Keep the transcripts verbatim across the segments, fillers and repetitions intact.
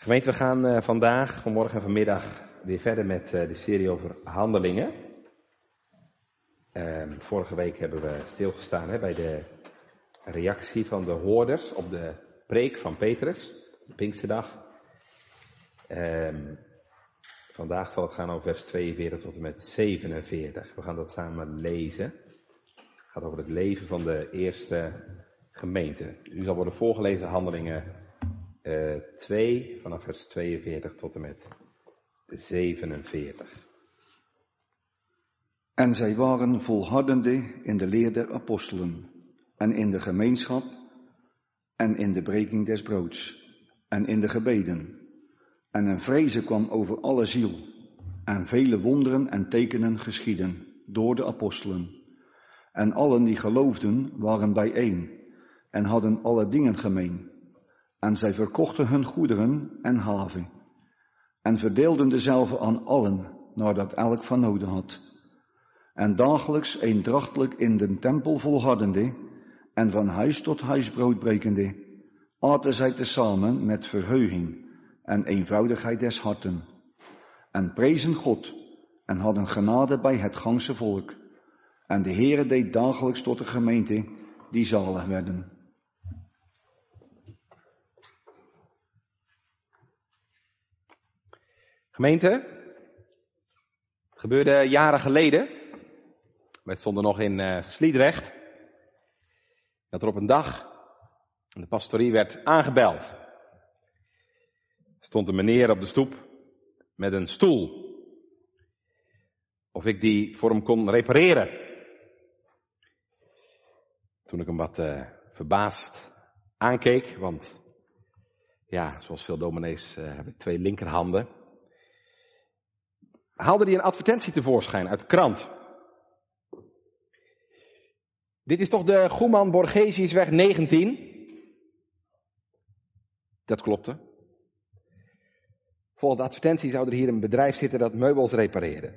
Gemeente, we gaan uh, vandaag, vanmorgen en vanmiddag weer verder met uh, de serie over handelingen. Uh, vorige week hebben we stilgestaan hè, bij de reactie van de hoorders op de preek van Petrus, de Pinksterdag. Uh, vandaag zal het gaan over vers tweeënveertig tot en met zevenenveertig. We gaan dat samen lezen. Het gaat over het leven van de eerste gemeente. U zal worden voorgelezen handelingen Uh, twee, vanaf vers tweeënveertig tot en met zevenenveertig. En zij waren volhardende in de leer der apostelen, en in de gemeenschap, en in de breking des broods, en in de gebeden. En een vrezen kwam over alle ziel, en vele wonderen en tekenen geschieden door de apostelen. En allen die geloofden waren bijeen, en hadden alle dingen gemeen. En zij verkochten hun goederen en haven, en verdeelden dezelve aan allen, naardat elk van noden had. En dagelijks eendrachtelijk in den tempel volhardende, en van huis tot huis brood brekende, aten zij tezamen met verheuging en eenvoudigheid des harten, en prezen God, en hadden genade bij het ganse volk. En de Heere deed dagelijks tot de gemeente die zalig werden. Gemeente, het gebeurde jaren geleden. Wij stonden nog in uh, Sliedrecht. Dat er op een dag de pastorie werd aangebeld. Er stond een meneer op de stoep met een stoel. Of ik die voor hem kon repareren. Toen ik hem wat uh, verbaasd aankeek, want ja, zoals veel dominees uh, heb ik twee linkerhanden. Haalde hij een advertentie tevoorschijn uit de krant. Dit is toch de Goeman Borgesiusweg negentien? Dat klopte. Volgens de advertentie zou er hier een bedrijf zitten dat meubels repareerde.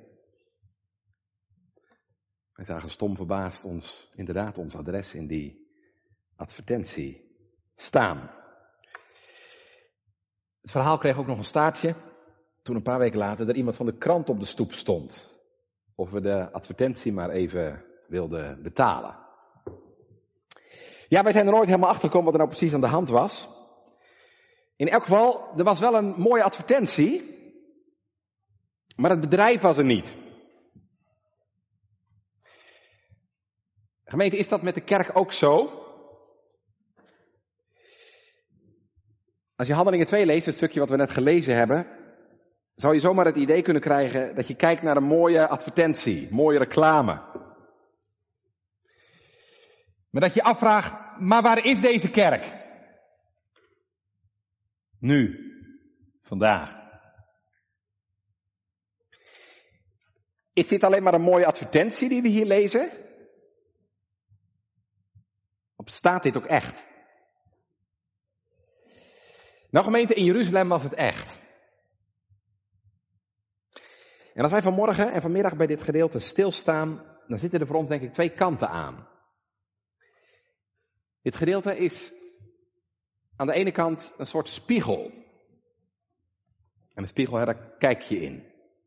Wij zagen stom verbaasd ons, inderdaad ons adres in die advertentie staan. Het verhaal kreeg ook nog een staartje. Toen een paar weken later er iemand van de krant op de stoep stond. Of we de advertentie maar even wilden betalen. Ja, wij zijn er nooit helemaal achter gekomen wat er nou precies aan de hand was. In elk geval, er was wel een mooie advertentie. Maar het bedrijf was er niet. Gemeente, is dat met de kerk ook zo? Als je Handelingen twee leest, het stukje wat we net gelezen hebben, zou je zomaar het idee kunnen krijgen dat je kijkt naar een mooie advertentie, mooie reclame. Maar dat je afvraagt, maar waar is deze kerk? Nu, vandaag. Is dit alleen maar een mooie advertentie die we hier lezen? Of staat dit ook echt? Nou gemeente, in Jeruzalem was het echt. En als wij vanmorgen en vanmiddag bij dit gedeelte stilstaan, dan zitten er voor ons denk ik twee kanten aan. Dit gedeelte is aan de ene kant een soort spiegel. En een spiegel, daar kijk je in.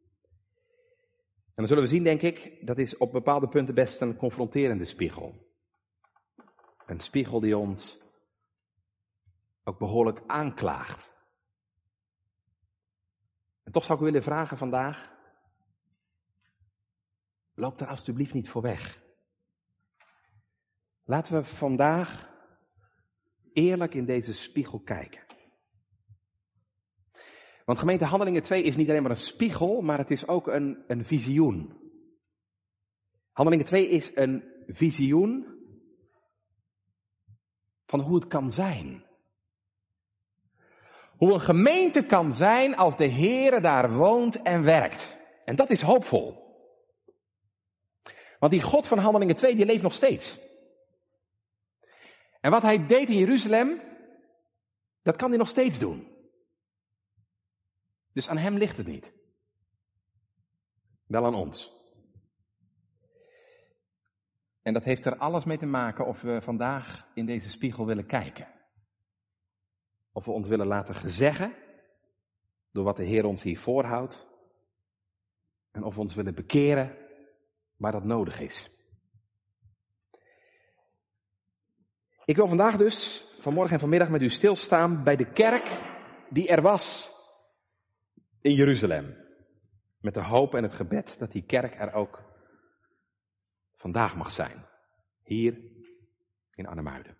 En dan zullen we zien, denk ik, dat is op bepaalde punten best een confronterende spiegel. Een spiegel die ons ook behoorlijk aanklaagt. En toch zou ik u willen vragen vandaag, loop er alstublieft niet voor weg. Laten we vandaag eerlijk in deze spiegel kijken. Want gemeente Handelingen twee is niet alleen maar een spiegel, maar het is ook een, een visioen. Handelingen twee is een visioen van hoe het kan zijn. Hoe een gemeente kan zijn als de Heere daar woont en werkt. En dat is hoopvol. Want die God van Handelingen twee, die leeft nog steeds. En wat hij deed in Jeruzalem, dat kan hij nog steeds doen. Dus aan hem ligt het niet. Wel aan ons. En dat heeft er alles mee te maken of we vandaag in deze spiegel willen kijken. Of we ons willen laten gezeggen door wat de Heer ons hier voorhoudt. En of we ons willen bekeren waar dat nodig is. Ik wil vandaag dus, vanmorgen en vanmiddag met u stilstaan bij de kerk die er was in Jeruzalem. Met de hoop en het gebed dat die kerk er ook vandaag mag zijn. Hier in Arnhemuiden.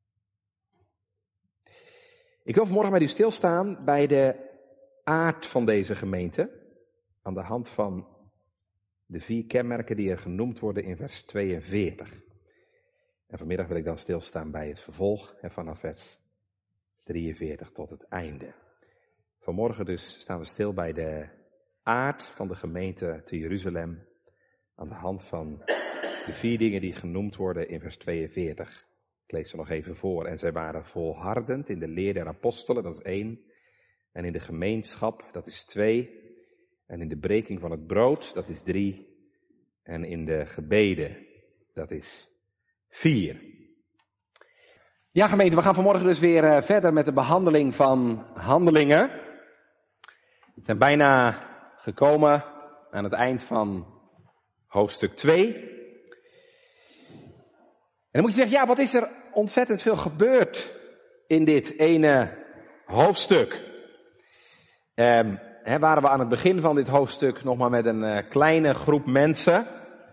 Ik wil vanmorgen met u stilstaan bij de aard van deze gemeente. Aan de hand van de vier kenmerken die er genoemd worden in vers tweeënveertig. En vanmiddag wil ik dan stilstaan bij het vervolg en vanaf vers drieënveertig tot het einde. Vanmorgen dus staan we stil bij de aard van de gemeente te Jeruzalem. Aan de hand van de vier dingen die genoemd worden in vers tweeënveertig. Ik lees ze nog even voor. En zij waren volhardend in de leer der apostelen, dat is één. En in de gemeenschap, dat is twee. En in de breking van het brood, dat is drie. En in de gebeden, dat is vier. Ja, gemeente, we gaan vanmorgen dus weer uh, verder met de behandeling van handelingen. We zijn bijna gekomen aan het eind van hoofdstuk twee. En dan moet je zeggen, ja, wat is er ontzettend veel gebeurd in dit ene hoofdstuk. Um, He, waren we aan het begin van dit hoofdstuk nog maar met een uh, kleine groep mensen.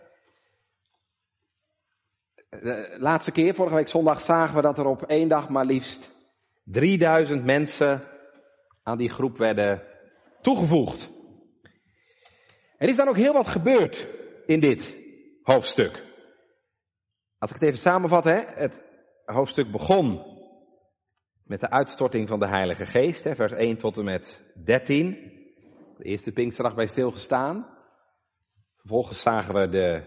De laatste keer, vorige week zondag, zagen we dat er op één dag maar liefst drieduizend mensen aan die groep werden toegevoegd. Er is dan ook heel wat gebeurd in dit hoofdstuk. Als ik het even samenvat, hè, het hoofdstuk begon met de uitstorting van de Heilige Geest, hè, vers één tot en met dertien. De eerste Pinksterdag bij stilgestaan. Vervolgens zagen we de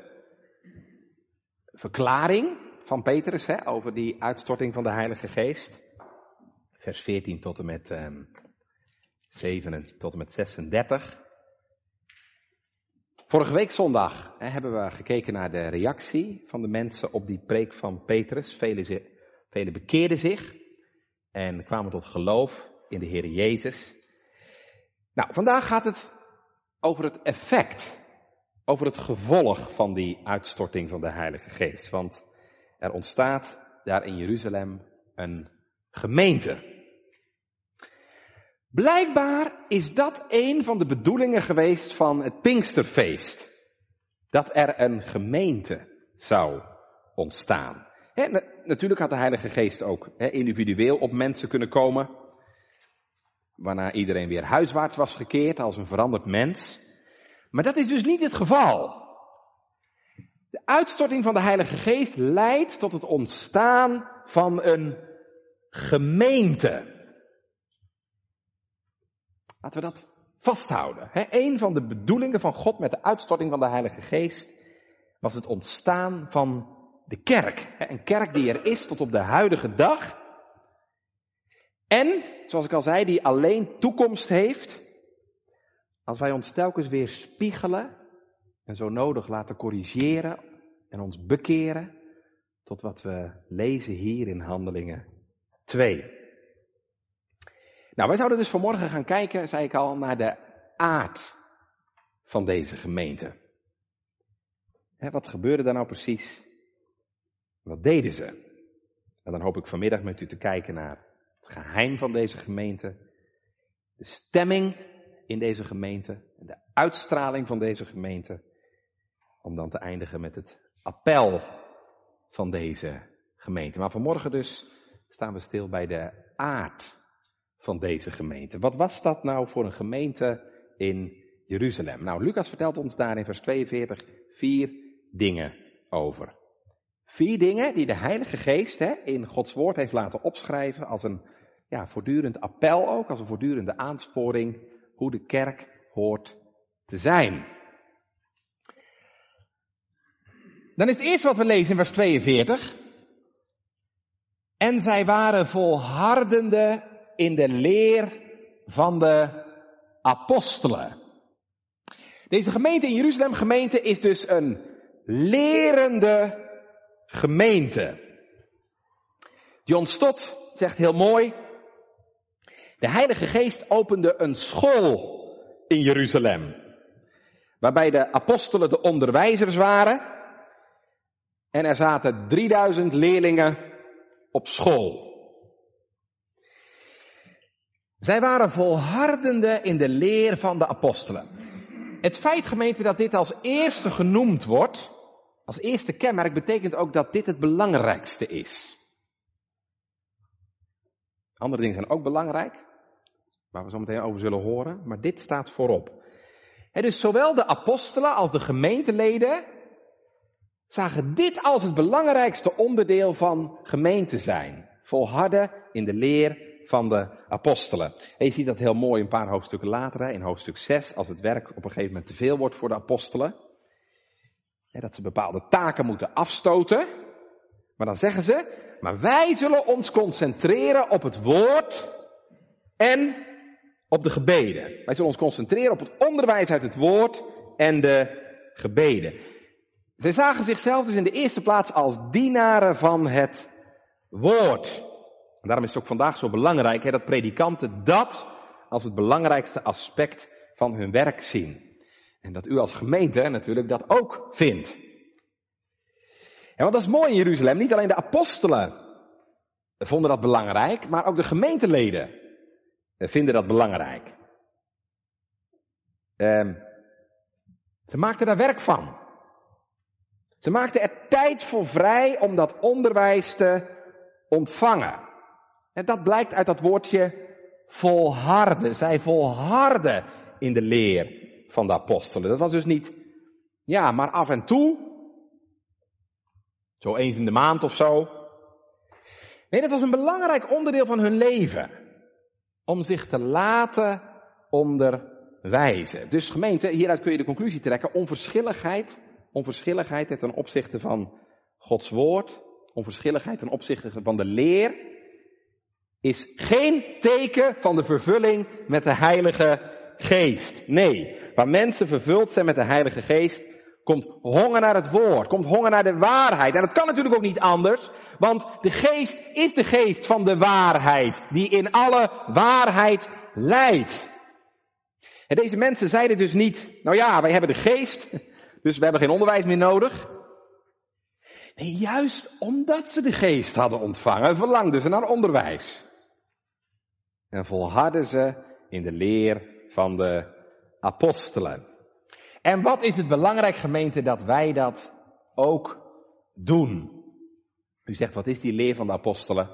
verklaring van Petrus hè, over die uitstorting van de Heilige Geest. Vers veertien tot en met eh, zeven tot en met zesendertig. Vorige week zondag hè, hebben we gekeken naar de reactie van de mensen op die preek van Petrus. Velen, velen bekeerden zich en kwamen tot geloof in de Heer Jezus. Nou, vandaag gaat het over het effect, over het gevolg van die uitstorting van de Heilige Geest. Want er ontstaat daar in Jeruzalem een gemeente. Blijkbaar is dat een van de bedoelingen geweest van het Pinksterfeest. Dat er een gemeente zou ontstaan. He, na- natuurlijk had de Heilige Geest ook he, individueel op mensen kunnen komen. Waarna iedereen weer huiswaarts was gekeerd als een veranderd mens. Maar dat is dus niet het geval. De uitstorting van de Heilige Geest leidt tot het ontstaan van een gemeente. Laten we dat vasthouden. He, een van de bedoelingen van God met de uitstorting van de Heilige Geest was het ontstaan van de kerk. He, een kerk die er is tot op de huidige dag. En, zoals ik al zei, die alleen toekomst heeft als wij ons telkens weer spiegelen en zo nodig laten corrigeren en ons bekeren tot wat we lezen hier in Handelingen twee. Nou, wij zouden dus vanmorgen gaan kijken, zei ik al, naar de aard van deze gemeente. Hè, wat gebeurde daar nou precies? Wat deden ze? En dan hoop ik vanmiddag met u te kijken naar het geheim van deze gemeente, de stemming in deze gemeente, de uitstraling van deze gemeente, om dan te eindigen met het appel van deze gemeente. Maar vanmorgen dus staan we stil bij de aard van deze gemeente. Wat was dat nou voor een gemeente in Jeruzalem? Nou, Lucas vertelt ons daar in vers tweeënveertig vier dingen over. Vier dingen die de Heilige Geest hè, in Gods woord heeft laten opschrijven als een ja, voortdurend appel ook, als een voortdurende aansporing hoe de kerk hoort te zijn. Dan is het eerste wat we lezen in vers tweeënveertig. En zij waren volhardende in de leer van de apostelen. Deze gemeente in Jeruzalem, gemeente, is dus een lerende gemeente. John Stott zegt heel mooi: De Heilige Geest opende een school in Jeruzalem, waarbij de apostelen de onderwijzers waren en er zaten drieduizend leerlingen op school. Zij waren volhardende in de leer van de apostelen. Het feit, gemeente, dat dit als eerste genoemd wordt, als eerste kenmerk, betekent ook dat dit het belangrijkste is. Andere dingen zijn ook belangrijk, waar we zo meteen over zullen horen, maar dit staat voorop. He, dus zowel de apostelen als de gemeenteleden zagen dit als het belangrijkste onderdeel van gemeente zijn. Volharden in de leer van de apostelen. En je ziet dat heel mooi een paar hoofdstukken later, hè, in hoofdstuk zes, als het werk op een gegeven moment te veel wordt voor de apostelen. Hè, dat ze bepaalde taken moeten afstoten. Maar dan zeggen ze, maar wij zullen ons concentreren op het woord en op de gebeden. Wij zullen ons concentreren op het onderwijs uit het woord en de gebeden. Zij zagen zichzelf dus in de eerste plaats als dienaren van het woord. En daarom is het ook vandaag zo belangrijk hè, dat predikanten dat als het belangrijkste aspect van hun werk zien. En dat u als gemeente natuurlijk dat ook vindt. En want dat is mooi in Jeruzalem. Niet alleen de apostelen vonden dat belangrijk, maar ook de gemeenteleden vinden dat belangrijk. Uh, ze maakten daar werk van. Ze maakten er tijd voor vrij om dat onderwijs te ontvangen. En dat blijkt uit dat woordje volharden. Zij volharden in de leer van de apostelen. Dat was dus niet, ja, maar af en toe. Zo eens in de maand of zo. Nee, dat was een belangrijk onderdeel van hun leven. Om zich te laten onderwijzen. Dus gemeente, hieruit kun je de conclusie trekken. Onverschilligheid, onverschilligheid ten opzichte van Gods woord. Onverschilligheid ten opzichte van de leer. Is geen teken van de vervulling met de Heilige Geest. Nee, waar mensen vervuld zijn met de Heilige Geest, komt honger naar het woord, komt honger naar de waarheid. En dat kan natuurlijk ook niet anders, want de Geest is de Geest van de waarheid, die in alle waarheid leidt. En deze mensen zeiden dus niet, nou ja, wij hebben de Geest, dus we hebben geen onderwijs meer nodig. Nee, juist omdat ze de Geest hadden ontvangen, verlangden ze naar onderwijs. En volharden ze in de leer van de apostelen. En wat is het belangrijk, gemeente, dat wij dat ook doen? U zegt, wat is die leer van de apostelen?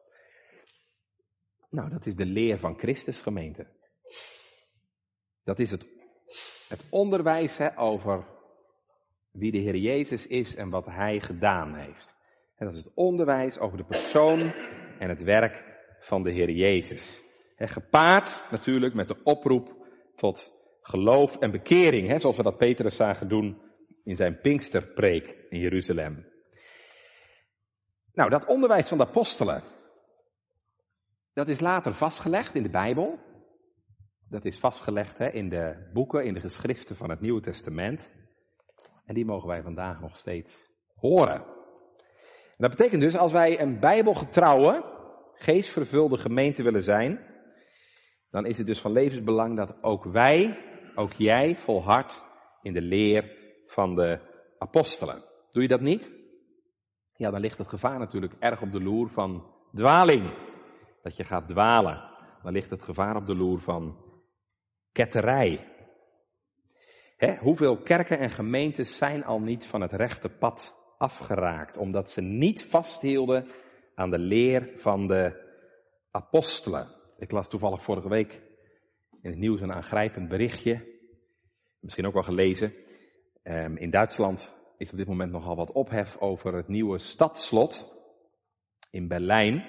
Nou, dat is de leer van Christus, gemeente. Dat is het, het onderwijs hè, over wie de Heer Jezus is en wat Hij gedaan heeft. En dat is het onderwijs over de persoon en het werk van de Heer Jezus. He, gepaard natuurlijk met de oproep tot geloof en bekering, hè, zoals we dat Petrus zagen doen in zijn Pinksterpreek in Jeruzalem. Nou, dat onderwijs van de apostelen, dat is later vastgelegd in de Bijbel. Dat is vastgelegd hè, in de boeken, in de geschriften van het Nieuwe Testament. En die mogen wij vandaag nog steeds horen. En dat betekent dus, als wij een bijbelgetrouwe, geestvervulde gemeente willen zijn, dan is het dus van levensbelang dat ook wij, ook jij, volhardt in de leer van de apostelen. Doe je dat niet? Ja, dan ligt het gevaar natuurlijk erg op de loer van dwaling. Dat je gaat dwalen. Dan ligt het gevaar op de loer van ketterij. Hè, hoeveel kerken en gemeentes zijn al niet van het rechte pad afgeraakt, omdat ze niet vasthielden aan de leer van de apostelen. Ik las toevallig vorige week in het nieuws een aangrijpend berichtje, misschien ook wel gelezen. Um, in Duitsland is op dit moment nogal wat ophef over het nieuwe stadsslot in Berlijn.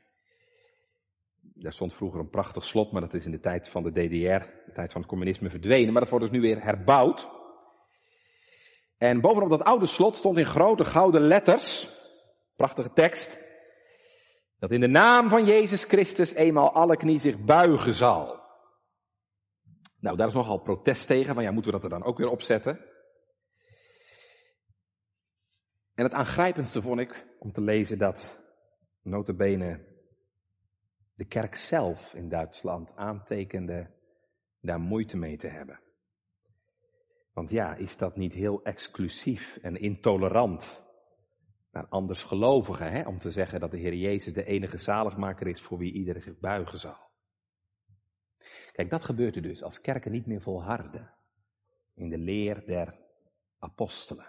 Daar stond vroeger een prachtig slot, maar dat is in de tijd van de D D R, de tijd van het communisme, verdwenen. Maar dat wordt dus nu weer herbouwd. En bovenop dat oude slot stond in grote gouden letters, prachtige tekst, dat in de naam van Jezus Christus eenmaal alle knie zich buigen zal. Nou, daar is nogal protest tegen, van ja, moeten we dat er dan ook weer opzetten? En het aangrijpendste vond ik om te lezen dat, nota bene, de kerk zelf in Duitsland aantekende daar moeite mee te hebben. Want ja, is dat niet heel exclusief en intolerant naar andersgelovigen, hè? Om te zeggen dat de Heer Jezus de enige zaligmaker is voor wie iedereen zich buigen zal. Kijk, dat gebeurt er dus als kerken niet meer volharden in de leer der apostelen.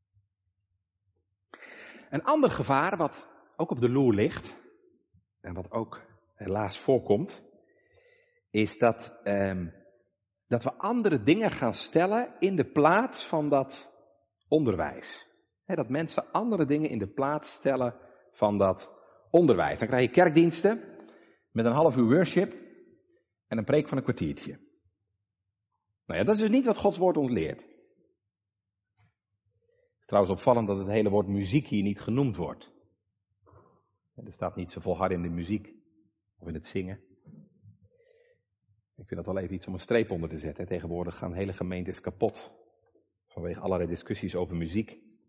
Een ander gevaar wat ook op de loer ligt, en wat ook helaas voorkomt, is dat, eh, dat we andere dingen gaan stellen in de plaats van dat onderwijs. He, dat mensen andere dingen in de plaats stellen van dat onderwijs. Dan krijg je kerkdiensten met een half uur worship en een preek van een kwartiertje. Nou ja, dat is dus niet wat Gods woord ons leert. Het is trouwens opvallend dat het hele woord muziek hier niet genoemd wordt. Er staat niet zo volhard in de muziek of in het zingen. Ik vind dat wel even iets om een streep onder te zetten. Tegenwoordig gaan hele gemeentes kapot vanwege allerlei discussies over muziek.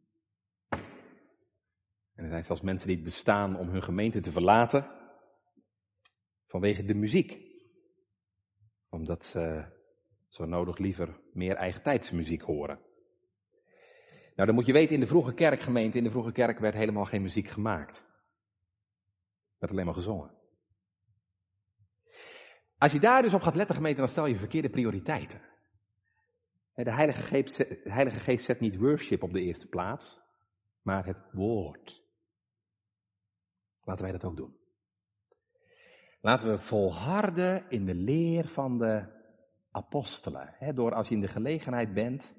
En er zijn zelfs mensen die het bestaan om hun gemeente te verlaten vanwege de muziek. Omdat ze zo nodig liever meer eigentijdse muziek horen. Nou, dan moet je weten, in de vroege kerkgemeente, in de vroege kerk werd helemaal geen muziek gemaakt. Er werd alleen maar gezongen. Als je daar dus op gaat letten, gemeente, dan stel je verkeerde prioriteiten. De Heilige Geest, de Heilige Geest zet niet worship op de eerste plaats, maar het woord. Laten wij dat ook doen. Laten we volharden in de leer van de apostelen. He, door als je in de gelegenheid bent,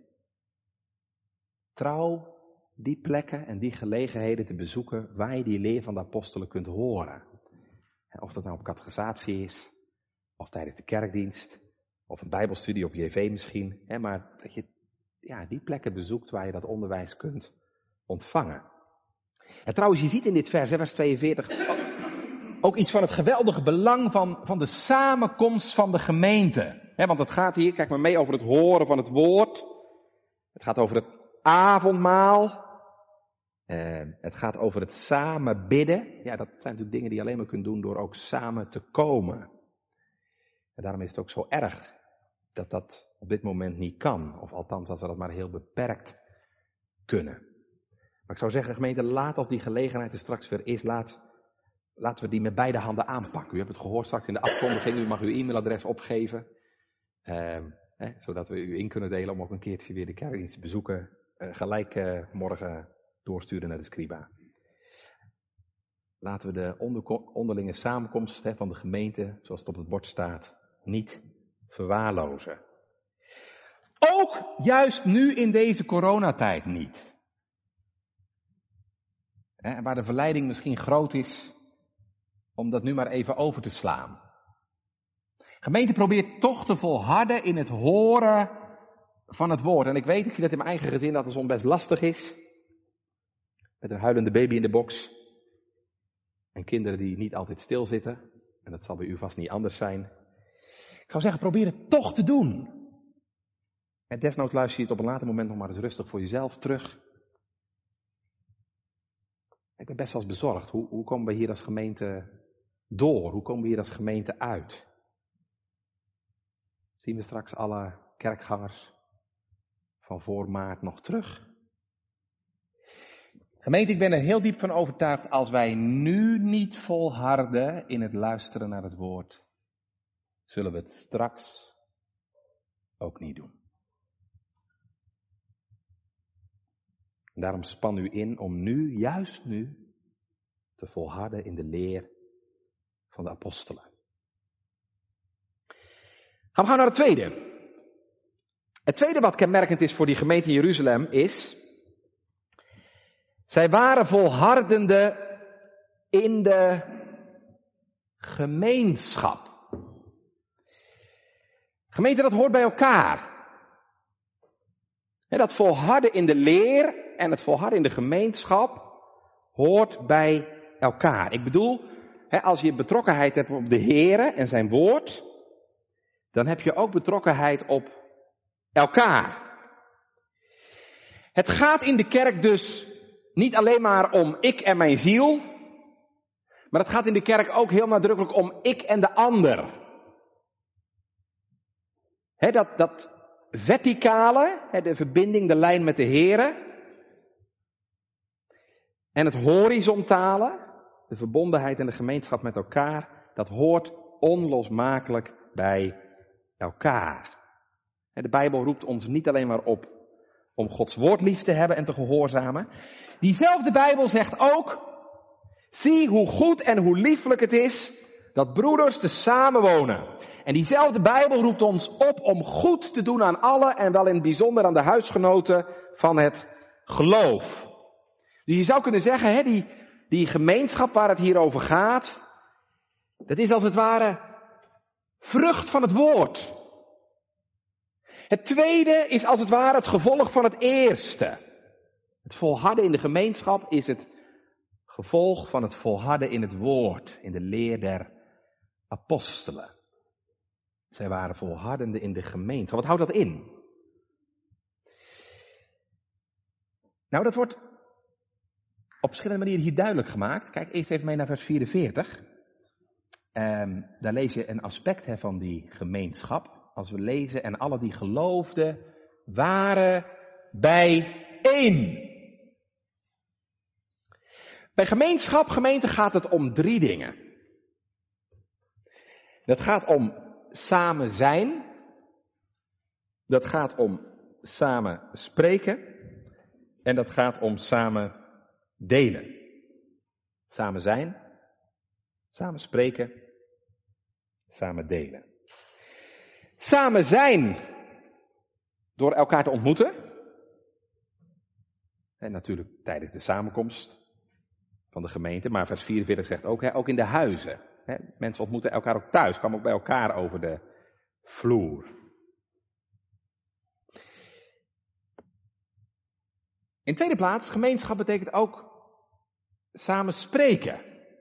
trouw die plekken en die gelegenheden te bezoeken waar je die leer van de apostelen kunt horen. Of dat nou op catechisatie is, of tijdens de kerkdienst, of een bijbelstudie op J V misschien. He, maar dat je ja, die plekken bezoekt waar je dat onderwijs kunt ontvangen. En trouwens, je ziet in dit vers, vers tweeënveertig, ook, ook iets van het geweldige belang van, van de samenkomst van de gemeente. He, want het gaat hier, kijk maar mee, over het horen van het woord. Het gaat over het avondmaal. Uh, het gaat over het samen bidden. Ja, dat zijn natuurlijk dingen die je alleen maar kunt doen door ook samen te komen. En daarom is het ook zo erg dat dat op dit moment niet kan. Of althans, dat we dat maar heel beperkt kunnen. Maar ik zou zeggen, gemeente, laat als die gelegenheid er straks weer is, laat, laten we die met beide handen aanpakken. U hebt het gehoord straks in de afkondiging, u mag uw e-mailadres opgeven. Uh, hè, zodat we u in kunnen delen om ook een keertje weer de kerkdienst te bezoeken. Uh, gelijk uh, morgen doorsturen naar de Scriba. Laten we de onder, onderlinge samenkomst hè, van de gemeente, zoals het op het bord staat, niet verwaarlozen. Ook juist nu in deze coronatijd niet. Hè, waar de verleiding misschien groot is om dat nu maar even over te slaan. Gemeente probeert toch te volharden in het horen van het woord. En ik weet, ik zie dat in mijn eigen gezin, dat het soms best lastig is. Met een huilende baby in de box. En kinderen die niet altijd stilzitten. En dat zal bij u vast niet anders zijn. Ik zou zeggen, probeer het toch te doen. En desnoods luister je het op een later moment nog maar eens rustig voor jezelf terug. Ik ben best wel eens bezorgd. Hoe, hoe komen we hier als gemeente door? Hoe komen we hier als gemeente uit? Zien we straks alle kerkgangers van voor maart nog terug? Gemeente, ik ben er heel diep van overtuigd, als wij nu niet volharden in het luisteren naar het woord, zullen we het straks ook niet doen. Daarom span u in om nu, juist nu, te volharden in de leer van de apostelen. Gaan we gaan naar het tweede. Het tweede wat kenmerkend is voor die gemeente in Jeruzalem is, zij waren volhardende in de gemeenschap. Gemeente, dat hoort bij elkaar. En dat volharden in de leer en het volharden in de gemeenschap hoort bij elkaar. Ik bedoel, als je betrokkenheid hebt op de Here en zijn woord, dan heb je ook betrokkenheid op elkaar. Het gaat in de kerk dus niet alleen maar om ik en mijn ziel, Maar het gaat in de kerk ook heel nadrukkelijk om ik en de ander. He, dat, dat verticale, he, de verbinding, de lijn met de Here. En het horizontale, de verbondenheid en de gemeenschap met elkaar, dat hoort onlosmakelijk bij elkaar. He, de Bijbel roept ons niet alleen maar op om Gods woord lief te hebben en te gehoorzamen. Diezelfde Bijbel zegt ook, zie hoe goed en hoe lieflijk het is dat broeders te samenwonen. En diezelfde Bijbel roept ons op om goed te doen aan alle en wel in het bijzonder aan de huisgenoten van het geloof. Dus je zou kunnen zeggen, hè, die, die gemeenschap waar het hier over gaat, dat is als het ware vrucht van het woord. Het tweede is als het ware het gevolg van het eerste. Het volharden in de gemeenschap is het gevolg van het volharden in het woord, in de leer der apostelen. Zij waren volhardende in de gemeenschap. Wat houdt dat in? Nou, dat wordt op verschillende manieren hier duidelijk gemaakt. Kijk eerst even mee naar vers vierenveertig. Um, daar lees je een aspect hè, van die gemeenschap. Als we lezen, en alle die geloofden waren bijeen. Bij gemeenschap, gemeente, gaat het om drie dingen. Het gaat om samen zijn. Dat gaat om samen spreken. En dat gaat om samen delen. Samen zijn, samen spreken, samen delen. Samen zijn door elkaar te ontmoeten. En natuurlijk tijdens de samenkomst van de gemeente. Maar vers vierenveertig zegt ook, hè, ook in de huizen. Hè, mensen ontmoeten elkaar ook thuis, kwamen ook bij elkaar over de vloer. In tweede plaats, gemeenschap betekent ook samen spreken.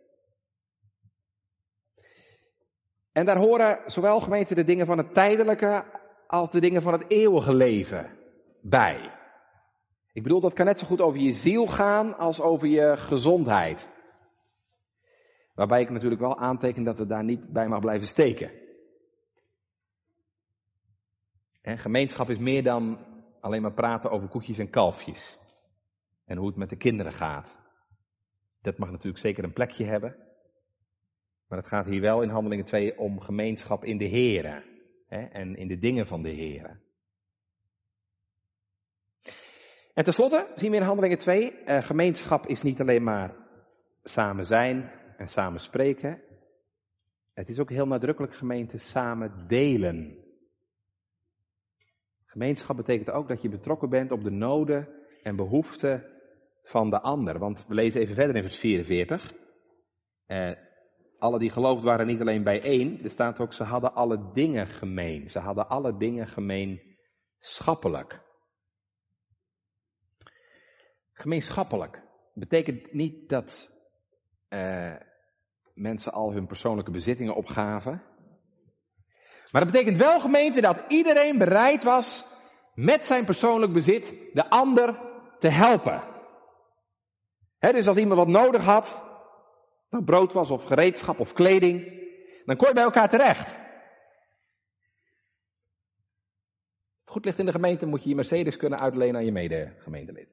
En daar horen zowel gemeente de dingen van het tijdelijke als de dingen van het eeuwige leven bij. Ik bedoel, dat kan net zo goed over je ziel gaan als over je gezondheid. Waarbij ik natuurlijk wel aanteken dat het daar niet bij mag blijven steken. En gemeenschap is meer dan alleen maar praten over koetjes en kalfjes. En hoe het met de kinderen gaat. Dat mag natuurlijk zeker een plekje hebben. Maar het gaat hier wel in Handelingen twee om gemeenschap in de Here. Hè, en in de dingen van de Here. En tenslotte zien we in Handelingen twee, eh, gemeenschap is niet alleen maar samen zijn en samen spreken. Het is ook heel nadrukkelijk, gemeente, samen delen. Gemeenschap betekent ook dat je betrokken bent op de noden en behoeften van de ander. Want we lezen even verder in vers vierenveertig. Eh, alle die geloofd waren niet alleen bijeen. Er staat ook, ze hadden alle dingen gemeen. Ze hadden alle dingen gemeenschappelijk. Gemeenschappelijk betekent niet dat eh, mensen al hun persoonlijke bezittingen opgaven. Maar dat betekent wel, gemeente, dat iedereen bereid was met zijn persoonlijk bezit de ander te helpen. He, dus als iemand wat nodig had, nou brood was of gereedschap of kleding, dan kon je bij elkaar terecht. Als het goed ligt in de gemeente, moet je je Mercedes kunnen uitlenen aan je mede-gemeentelid.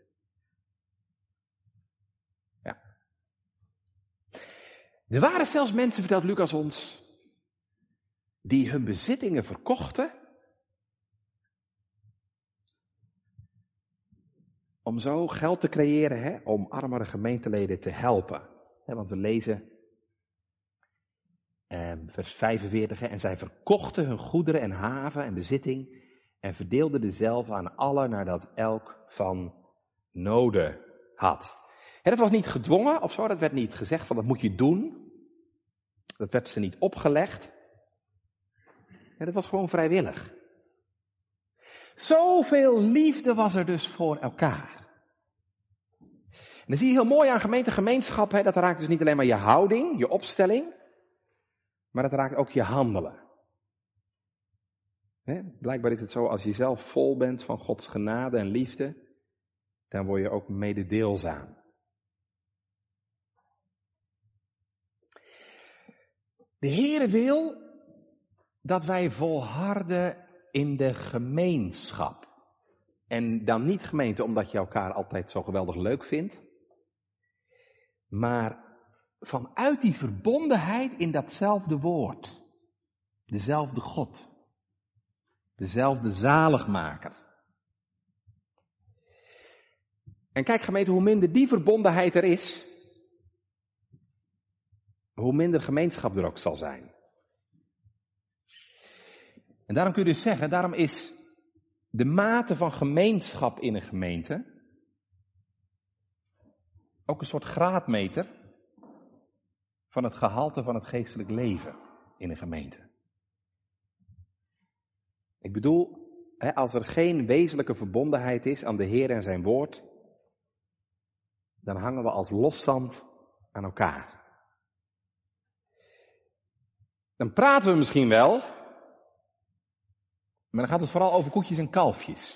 Ja. Er waren zelfs mensen, vertelt Lucas ons, die hun bezittingen verkochten om zo geld te creëren, hè, om armere gemeenteleden te helpen. Hè, want we lezen eh, vers vijfenveertig, hè, en zij verkochten hun goederen en haven en bezitting en verdeelden dezelve aan allen nadat elk van noden had. Hè, dat was niet gedwongen of zo, dat werd niet gezegd van dat moet je doen. Dat werd ze niet opgelegd. Ja, dat was gewoon vrijwillig. Zoveel liefde was er dus voor elkaar. En dan zie je heel mooi aan gemeente, gemeenschap, hè, dat raakt dus niet alleen maar je houding, je opstelling, maar dat raakt ook je handelen. Hè, blijkbaar is het zo, als je zelf vol bent van Gods genade en liefde, dan word je ook mededeelzaam. De Heere wil dat wij volharden in de gemeenschap. En dan niet gemeente omdat je elkaar altijd zo geweldig leuk vindt. Maar vanuit die verbondenheid in datzelfde woord. Dezelfde God. Dezelfde zaligmaker. En kijk gemeente, hoe minder die verbondenheid er is, hoe minder gemeenschap er ook zal zijn. En daarom kun je dus zeggen, daarom is de mate van gemeenschap in een gemeente ook een soort graadmeter van het gehalte van het geestelijk leven in een gemeente. Ik bedoel, als er geen wezenlijke verbondenheid is aan de Heer en zijn woord, dan hangen we als loszand aan elkaar. Dan praten we misschien wel, maar dan gaat het vooral over koetjes en kalfjes.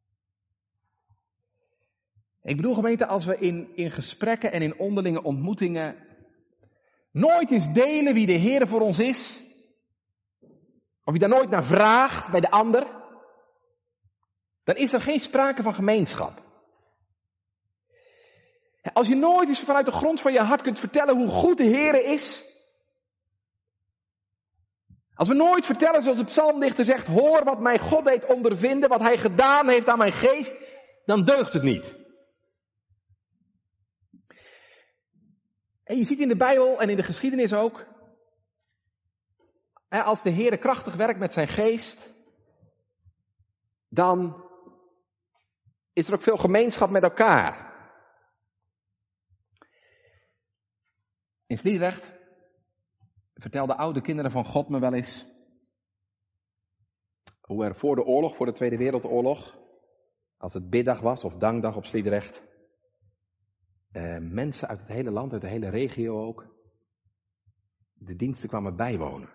Ik bedoel gemeente, als we in, in gesprekken en in onderlinge ontmoetingen nooit eens delen wie de Heer voor ons is, of je daar nooit naar vraagt bij de ander, dan is er geen sprake van gemeenschap. Als je nooit eens vanuit de grond van je hart kunt vertellen hoe goed de Heer is, als we nooit vertellen zoals de psalmdichter zegt, hoor wat mijn God deed ondervinden, wat hij gedaan heeft aan mijn geest, dan deugt het niet. En je ziet in de Bijbel en in de geschiedenis ook, als de Heer krachtig werkt met zijn geest, dan is er ook veel gemeenschap met elkaar. In Sliedrecht vertelden oude kinderen van God me wel eens hoe er voor de oorlog, voor de Tweede Wereldoorlog, als het biddag was of dankdag op Sliedrecht, eh, mensen uit het hele land, uit de hele regio ook, de diensten kwamen bijwonen.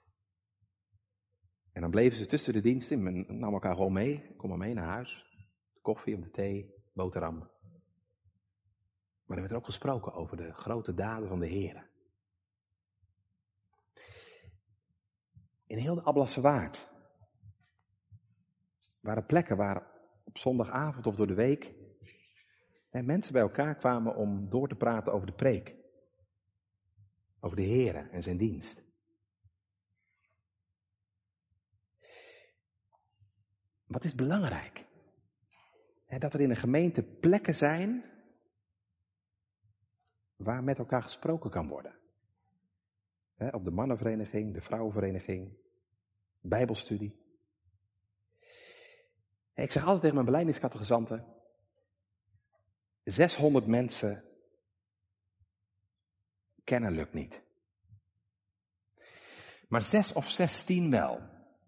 En dan bleven ze tussen de diensten, men nam elkaar gewoon mee, kom maar mee naar huis, de koffie of de thee, boterham. Maar er werd ook gesproken over de grote daden van de Heer. In heel de Alblasserwaard waren plekken waar op zondagavond of door de week hè, mensen bij elkaar kwamen om door te praten over de preek. Over de Heer en zijn dienst. Wat is belangrijk? Hè, dat er in een gemeente plekken zijn waar met elkaar gesproken kan worden. Hè, op de mannenvereniging, de vrouwenvereniging, bijbelstudie. Ik zeg altijd tegen mijn beleidingscatechisanten, zeshonderd mensen kennen lukt niet. Maar zes of zestien wel.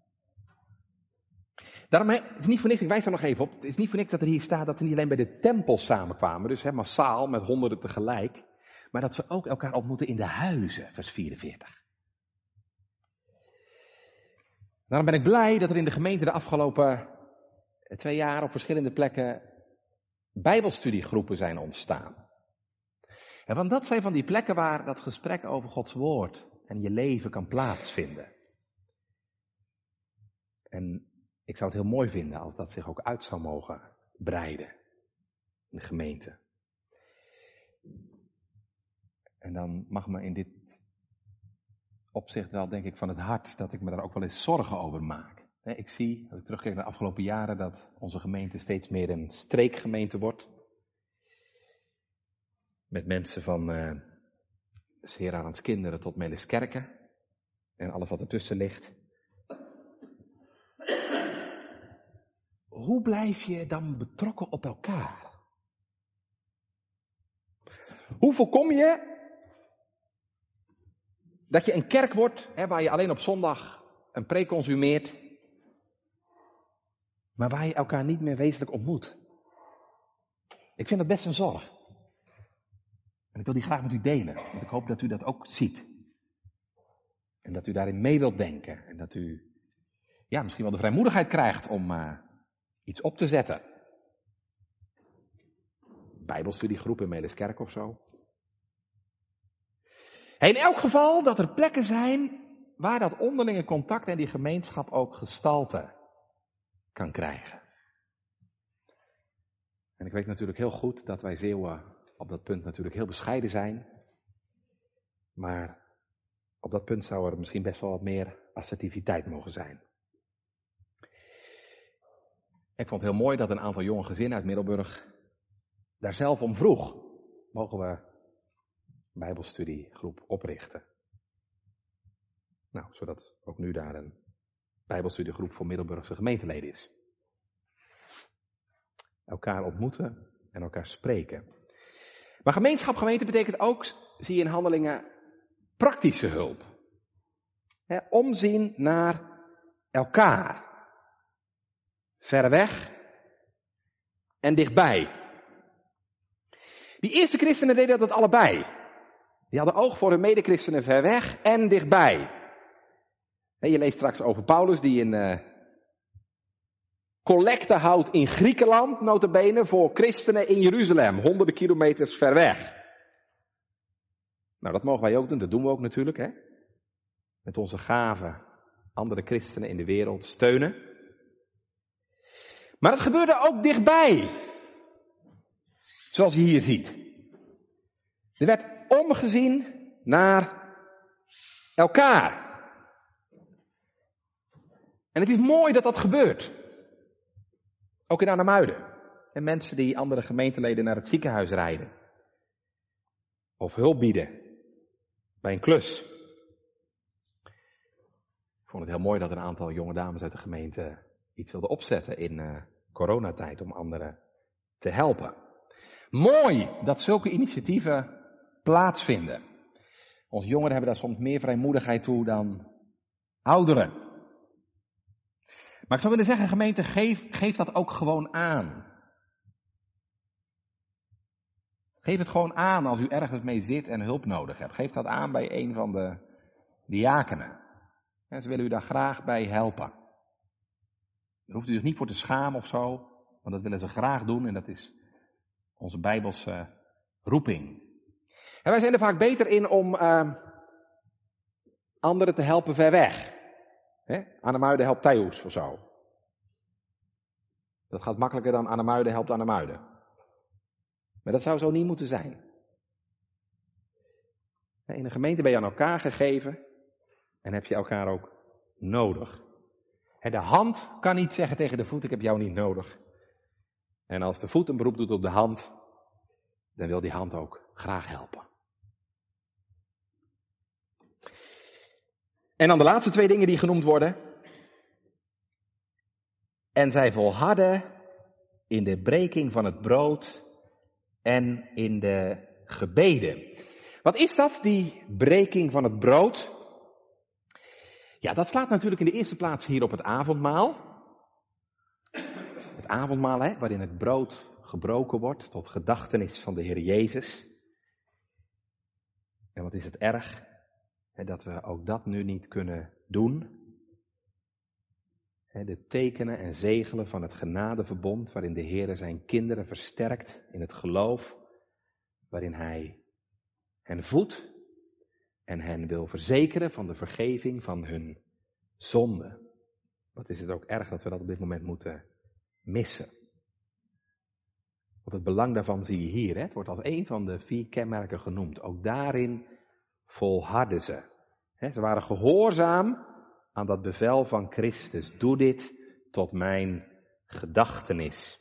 Daarom, het is niet voor niks, ik wijs daar nog even op, het is niet voor niks dat er hier staat dat ze niet alleen bij de tempel samenkwamen, dus hè, massaal met honderden tegelijk, maar dat ze ook elkaar ontmoeten in de huizen, vers vierenveertig. Daarom ben ik blij dat er in de gemeente de afgelopen twee jaar op verschillende plekken bijbelstudiegroepen zijn ontstaan. En want dat zijn van die plekken waar dat gesprek over Gods woord en je leven kan plaatsvinden. En ik zou het heel mooi vinden als dat zich ook uit zou mogen breiden in de gemeente. En dan mag me in dit opzicht wel, denk ik, van het hart dat ik me daar ook wel eens zorgen over maak. Ik zie, als ik terugkijk naar de afgelopen jaren, dat onze gemeente steeds meer een streekgemeente wordt. Met mensen van uh, Seraans Kinderen tot Meliskerken en alles wat ertussen ligt. Hoe blijf je dan betrokken op elkaar? Hoe voorkom je dat je een kerk wordt hè, waar je alleen op zondag een preek consumeert, maar waar je elkaar niet meer wezenlijk ontmoet? Ik vind dat best een zorg. En ik wil die graag met u delen, want ik hoop dat u dat ook ziet. En dat u daarin mee wilt denken. En dat u ja, misschien wel de vrijmoedigheid krijgt om uh, iets op te zetten. Bijbelstudiegroep in Meliskerk of zo. In elk geval dat er plekken zijn waar dat onderlinge contact en die gemeenschap ook gestalte kan krijgen. En ik weet natuurlijk heel goed dat wij Zeeuwen op dat punt natuurlijk heel bescheiden zijn. Maar op dat punt zou er misschien best wel wat meer assertiviteit mogen zijn. Ik vond het heel mooi dat een aantal jonge gezinnen uit Middelburg daar zelf om vroeg. Mogen we een bijbelstudiegroep oprichten? Nou, zodat ook nu daar een bijbelstudiegroep voor Middelburgse gemeenteleden is. Elkaar ontmoeten en elkaar spreken. Maar gemeenschap, gemeente betekent ook, zie je in Handelingen, praktische hulp. He, omzien naar elkaar. Ver weg en dichtbij. Die eerste christenen deden dat allebei. Die hadden oog voor hun medechristenen ver weg en dichtbij. He, je leest straks over Paulus die een uh, collecte houdt in Griekenland, nota bene, voor christenen in Jeruzalem, honderden kilometers ver weg. Nou, dat mogen wij ook doen, dat doen we ook natuurlijk, hè. Met onze gaven andere christenen in de wereld steunen. Maar het gebeurde ook dichtbij. Zoals je hier ziet. Er werd omgezien naar elkaar. En het is mooi dat dat gebeurt. Ook in Arnhemuiden. En mensen die andere gemeenteleden naar het ziekenhuis rijden. Of hulp bieden. Bij een klus. Ik vond het heel mooi dat een aantal jonge dames uit de gemeente iets wilden opzetten in uh, coronatijd om anderen te helpen. Mooi dat zulke initiatieven plaatsvinden. Onze jongeren hebben daar soms meer vrijmoedigheid toe dan ouderen. Maar ik zou willen zeggen, gemeente, geef, geef dat ook gewoon aan. Geef het gewoon aan als u ergens mee zit en hulp nodig hebt. Geef dat aan bij een van de diakenen. En ze willen u daar graag bij helpen. Daar hoeft u zich niet voor te schamen of zo, want dat willen ze graag doen en dat is onze Bijbelse roeping. En wij zijn er vaak beter in om uh, anderen te helpen ver weg. Arnhemuiden helpt Theus of zo. Dat gaat makkelijker dan Arnhemuiden helpt Arnhemuiden. Maar dat zou zo niet moeten zijn. In een gemeente ben je aan elkaar gegeven en heb je elkaar ook nodig. De hand kan niet zeggen tegen de voet, ik heb jou niet nodig. En als de voet een beroep doet op de hand, dan wil die hand ook graag helpen. En dan de laatste twee dingen die genoemd worden. En zij volharden in de breking van het brood en in de gebeden. Wat is dat, die breking van het brood? Ja, dat slaat natuurlijk in de eerste plaats hier op het avondmaal. Het avondmaal, hè, waarin het brood gebroken wordt tot gedachtenis van de Heer Jezus. En wat is het erg, hè, dat we ook dat nu niet kunnen doen. Hè, de tekenen en zegelen van het genadeverbond, waarin de Heer zijn kinderen versterkt in het geloof, waarin Hij hen voedt en hen wil verzekeren van de vergeving van hun zonde. Wat is het ook erg dat we dat op dit moment moeten missen. Want het belang daarvan zie je hier. Hè? Het wordt als een van de vier kenmerken genoemd. Ook daarin volharden ze. Hè, ze waren gehoorzaam aan dat bevel van Christus. Doe dit tot mijn gedachtenis.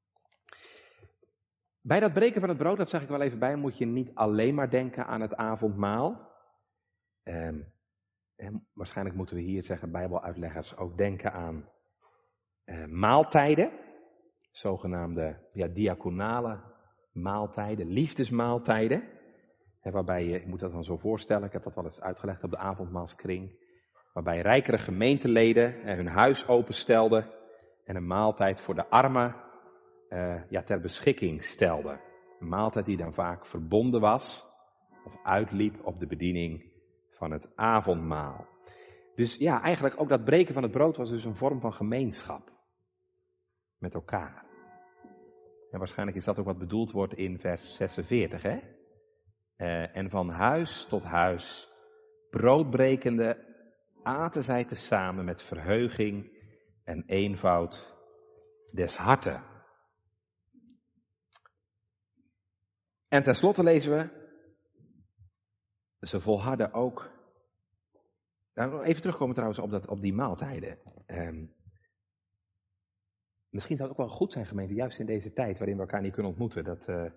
Bij dat breken van het brood, dat zeg ik wel even bij, moet je niet alleen maar denken aan het avondmaal. Eh, en waarschijnlijk moeten we hier, zeggen bijbeluitleggers, ook denken aan eh, maaltijden. Zogenaamde ja, diaconale maaltijden, liefdesmaaltijden. Hè, waarbij je, je moet dat dan zo voorstellen, ik heb dat wel eens uitgelegd op de avondmaalskring. Waarbij rijkere gemeenteleden eh, hun huis openstelden en een maaltijd voor de armen uh, ja, ter beschikking stelden. Een maaltijd die dan vaak verbonden was of uitliep op de bediening van het avondmaal. Dus ja, eigenlijk ook dat breken van het brood was dus een vorm van gemeenschap met elkaar. En waarschijnlijk is dat ook wat bedoeld wordt in vers zesenveertig, hè? Uh, en van huis tot huis, broodbrekende, aten zij tezamen met verheuging en eenvoud des harten. En tenslotte lezen we, ze volharden ook. Nou, even terugkomen trouwens op, dat, op die maaltijden. Um, misschien zou het ook wel goed zijn, gemeente, juist in deze tijd waarin we elkaar niet kunnen ontmoeten, dat, uh,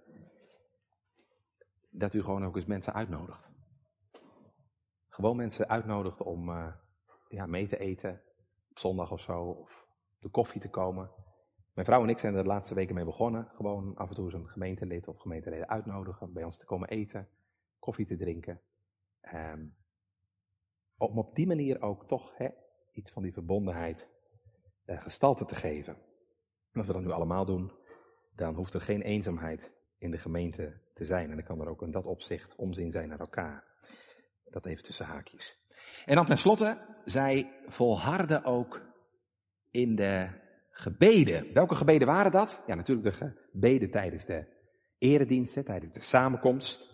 dat u gewoon ook eens mensen uitnodigt. Gewoon mensen uitnodigt om uh, ja, mee te eten, op zondag of zo, of de koffie te komen. Mijn vrouw en ik zijn er de laatste weken mee begonnen. Gewoon af en toe eens een gemeentelid of gemeenteleden uitnodigen, bij ons te komen eten, koffie te drinken. Um, om op die manier ook toch hè, iets van die verbondenheid uh, gestalte te geven. En als we dat nu allemaal doen, dan hoeft er geen eenzaamheid in de gemeente te zijn. En dan kan er ook in dat opzicht omzien zijn naar elkaar. Dat even tussen haakjes. En dan tenslotte, zij volharden ook in de gebeden. Welke gebeden waren dat? Ja, natuurlijk de gebeden tijdens de erediensten, tijdens de samenkomst.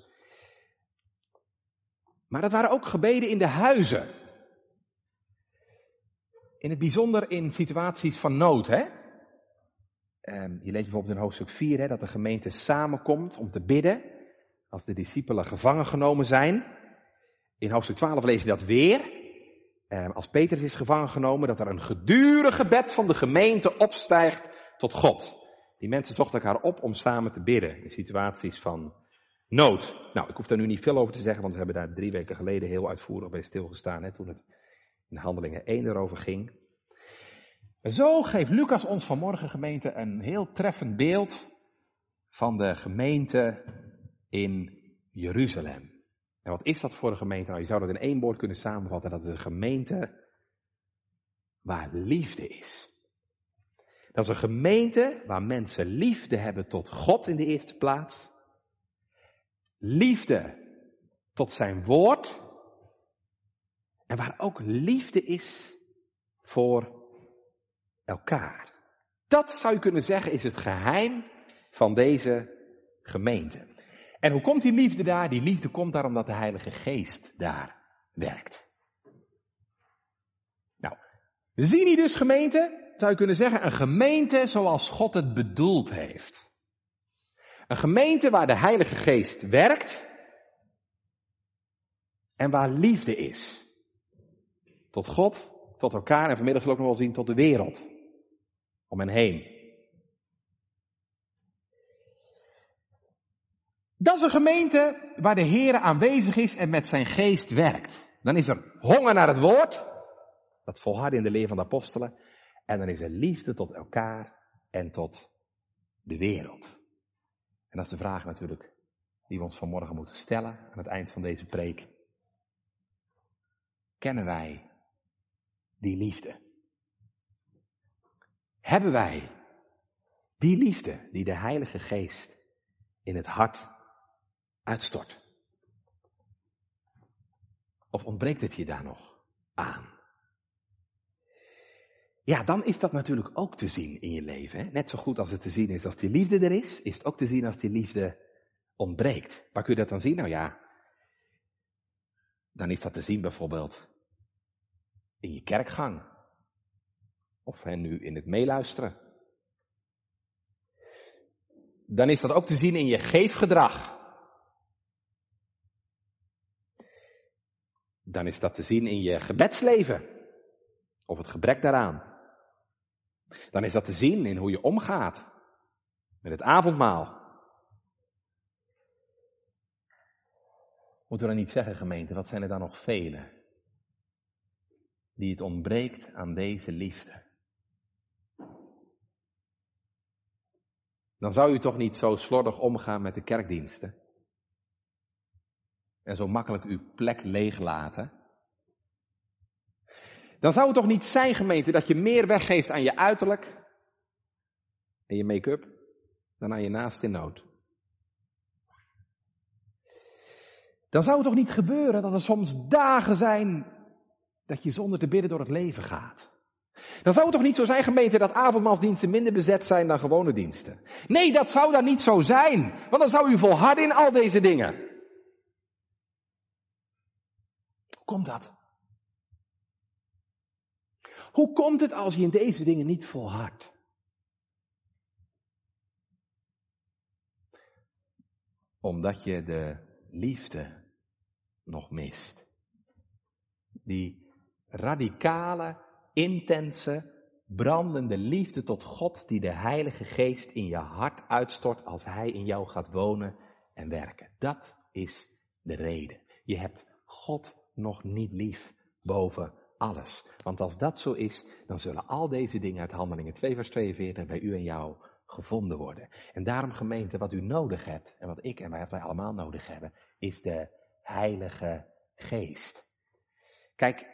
Maar dat waren ook gebeden in de huizen. In het bijzonder in situaties van nood, hè? Um, je leest bijvoorbeeld in hoofdstuk vier, hè, dat de gemeente samenkomt om te bidden, als de discipelen gevangen genomen zijn. In hoofdstuk twaalf lees je dat weer. Um, als Petrus is gevangen genomen, dat er een gedurig gebed van de gemeente opstijgt tot God. Die mensen zochten elkaar op om samen te bidden in situaties van nood. Nou, ik hoef daar nu niet veel over te zeggen, want we hebben daar drie weken geleden heel uitvoerig bij stilgestaan, hè, toen het in Handelingen één erover ging. Zo geeft Lucas ons vanmorgen, gemeente, een heel treffend beeld van de gemeente in Jeruzalem. En wat is dat voor een gemeente? Nou, je zou dat in één woord kunnen samenvatten. Dat is een gemeente waar liefde is. Dat is een gemeente waar mensen liefde hebben tot God in de eerste plaats. Liefde tot zijn woord. En waar ook liefde is voor elkaar. Dat zou je kunnen zeggen is het geheim van deze gemeente. En hoe komt die liefde daar? Die liefde komt daar omdat de Heilige Geest daar werkt. Nou, zie je dus gemeente, zou je kunnen zeggen, een gemeente zoals God het bedoeld heeft. Een gemeente waar de Heilige Geest werkt en waar liefde is. Tot God, tot elkaar en vanmiddag zullen we ook nog wel zien tot de wereld. Om hen heen. Dat is een gemeente waar de Heer aanwezig is en met zijn geest werkt. Dan is er honger naar het woord. Dat volharden in de leer van de apostelen. En dan is er liefde tot elkaar en tot de wereld. En dat is de vraag natuurlijk die we ons vanmorgen moeten stellen aan het eind van deze preek. Kennen wij die liefde? Hebben wij die liefde die de Heilige Geest in het hart uitstort? Of ontbreekt het je daar nog aan? Ja, dan is dat natuurlijk ook te zien in je leven. Hè? Net zo goed als het te zien is als die liefde er is, is het ook te zien als die liefde ontbreekt. Waar kun je dat dan zien? Nou ja, dan is dat te zien bijvoorbeeld in je kerkgang. Of hè, nu in het meeluisteren. Dan is dat ook te zien in je geefgedrag. Dan is dat te zien in je gebedsleven. Of het gebrek daaraan. Dan is dat te zien in hoe je omgaat met het avondmaal. Moeten we dan niet zeggen, gemeente, wat zijn er dan nog vele die het ontbreekt aan deze liefde? Dan zou u toch niet zo slordig omgaan met de kerkdiensten en zo makkelijk uw plek leeglaten? Dan zou het toch niet zijn, gemeente, dat je meer weggeeft aan je uiterlijk en je make-up dan aan je naast in nood? Dan zou het toch niet gebeuren dat er soms dagen zijn dat je zonder te bidden door het leven gaat? Dan zou het toch niet zo zijn, gemeente, dat avondmaalsdiensten minder bezet zijn dan gewone diensten? Nee, dat zou dan niet zo zijn, want dan zou u volharden in al deze dingen. Hoe komt dat? Hoe komt het als je in deze dingen niet volhardt? Omdat je de liefde nog mist. Die radicale, intense, brandende liefde tot God die de Heilige Geest in je hart uitstort als Hij in jou gaat wonen en werken. Dat is de reden. Je hebt God nog niet lief boven alles. Want als dat zo is, dan zullen al deze dingen uit Handelingen twee vers tweeënveertig bij u en jou gevonden worden. En daarom, gemeente, wat u nodig hebt, en wat ik en wij allemaal nodig hebben, is de Heilige Geest. Kijk,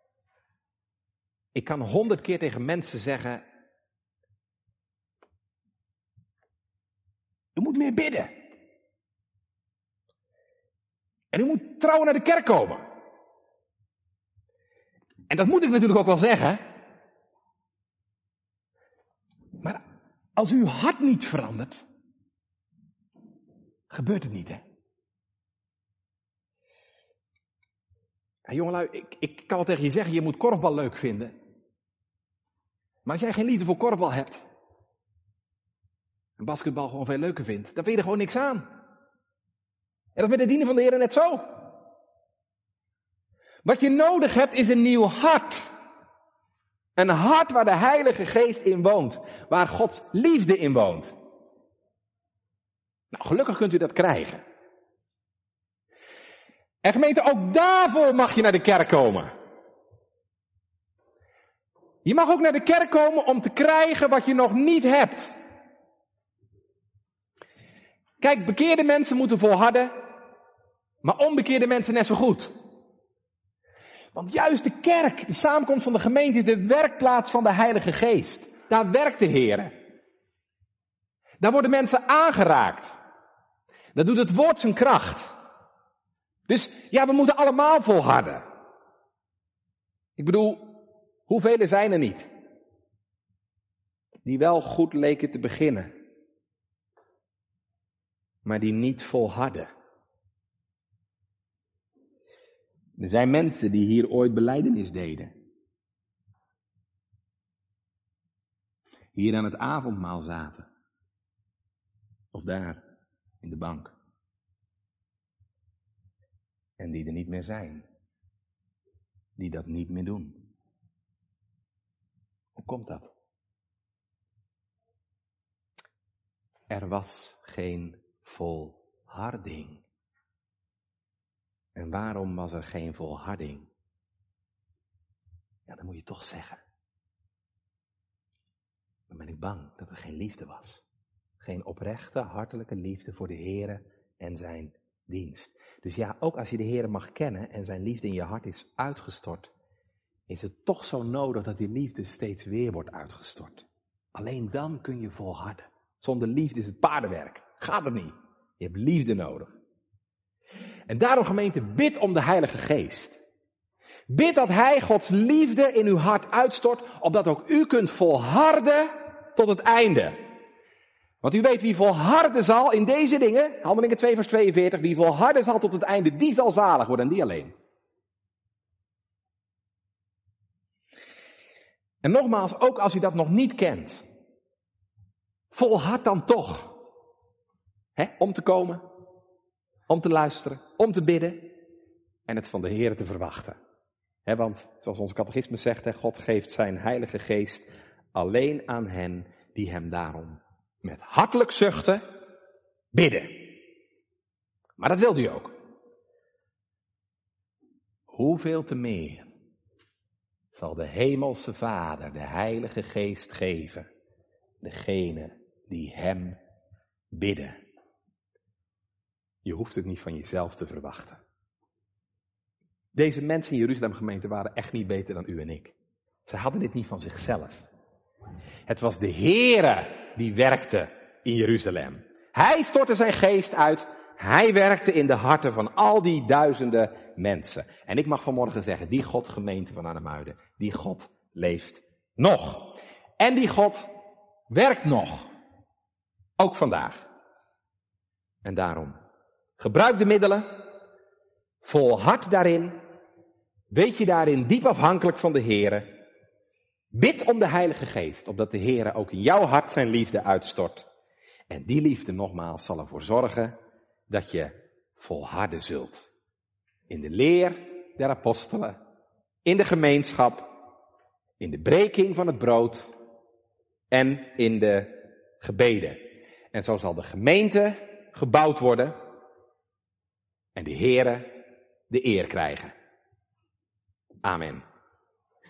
ik kan honderd keer tegen mensen zeggen, u moet meer bidden. En u moet trouw naar de kerk komen. En dat moet ik natuurlijk ook wel zeggen. Maar als uw hart niet verandert, gebeurt het niet, hè? Ja, jongelui, ik, ik kan wel tegen je zeggen, je moet korfbal leuk vinden. Maar als jij geen liefde voor korfbal hebt, en basketbal gewoon veel leuker vindt, dan vind je er gewoon niks aan. En dat is met het dienen van de Heer net zo. Wat je nodig hebt is een nieuw hart. Een hart waar de Heilige Geest in woont. Waar Gods liefde in woont. Nou, gelukkig kunt u dat krijgen. En gemeente, ook daarvoor mag je naar de kerk komen. Je mag ook naar de kerk komen om te krijgen wat je nog niet hebt. Kijk, bekeerde mensen moeten volharden, maar onbekeerde mensen net zo goed. Want juist de kerk, de samenkomst van de gemeente, is de werkplaats van de Heilige Geest. Daar werkt de Heer. Daar worden mensen aangeraakt. Daar doet het woord zijn kracht. Dus ja, we moeten allemaal volharden. Ik bedoel, hoeveel zijn er niet? Die wel goed leken te beginnen. Maar die niet volharden. Er zijn mensen die hier ooit belijdenis deden. Hier aan het avondmaal zaten. Of daar, in de bank. En die er niet meer zijn. Die dat niet meer doen. Hoe komt dat? Er was geen volharding. En waarom was er geen volharding? Ja, dan moet je toch zeggen. Dan ben ik bang dat er geen liefde was. Geen oprechte, hartelijke liefde voor de Heere en zijn dienst. Dus ja, ook als je de Heere mag kennen en zijn liefde in je hart is uitgestort, is het toch zo nodig dat die liefde steeds weer wordt uitgestort. Alleen dan kun je volharden. Zonder liefde is het paardenwerk. Gaat het niet. Je hebt liefde nodig. En daarom, gemeente, bid om de Heilige Geest. Bid dat Hij Gods liefde in uw hart uitstort, opdat ook u kunt volharden tot het einde. Want u weet wie volharden zal in deze dingen, Handelingen twee vers tweeënveertig, wie volharden zal tot het einde, die zal zalig worden en die alleen. En nogmaals, ook als u dat nog niet kent, volhard dan toch. Hè, om te komen, om te luisteren, om te bidden en het van de Heer te verwachten. Hè, want, zoals onze catechismus zegt, hè, God geeft zijn Heilige Geest alleen aan hen die hem daarom met hartelijk zuchten bidden. Maar dat wilde u ook. Hoeveel te meer zal de Hemelse Vader de Heilige Geest geven, degene die hem bidden. Je hoeft het niet van jezelf te verwachten. Deze mensen in Jeruzalem gemeente waren echt niet beter dan u en ik. Ze hadden dit niet van zichzelf. Het was de Heere die werkte in Jeruzalem. Hij stortte zijn geest uit. Hij werkte in de harten van al die duizenden mensen. En ik mag vanmorgen zeggen, die God gemeente van Arnhem-Zuid, die God leeft nog. En die God werkt nog. Ook vandaag. En daarom, gebruik de middelen. Volhard daarin. Weet je daarin diep afhankelijk van de Heere. Bid om de Heilige Geest, opdat de Heere ook in jouw hart zijn liefde uitstort. En die liefde nogmaals zal ervoor zorgen dat je volharden zult. In de leer der apostelen, in de gemeenschap, in de breking van het brood en in de gebeden. En zo zal de gemeente gebouwd worden en de Heere de eer krijgen. Amen.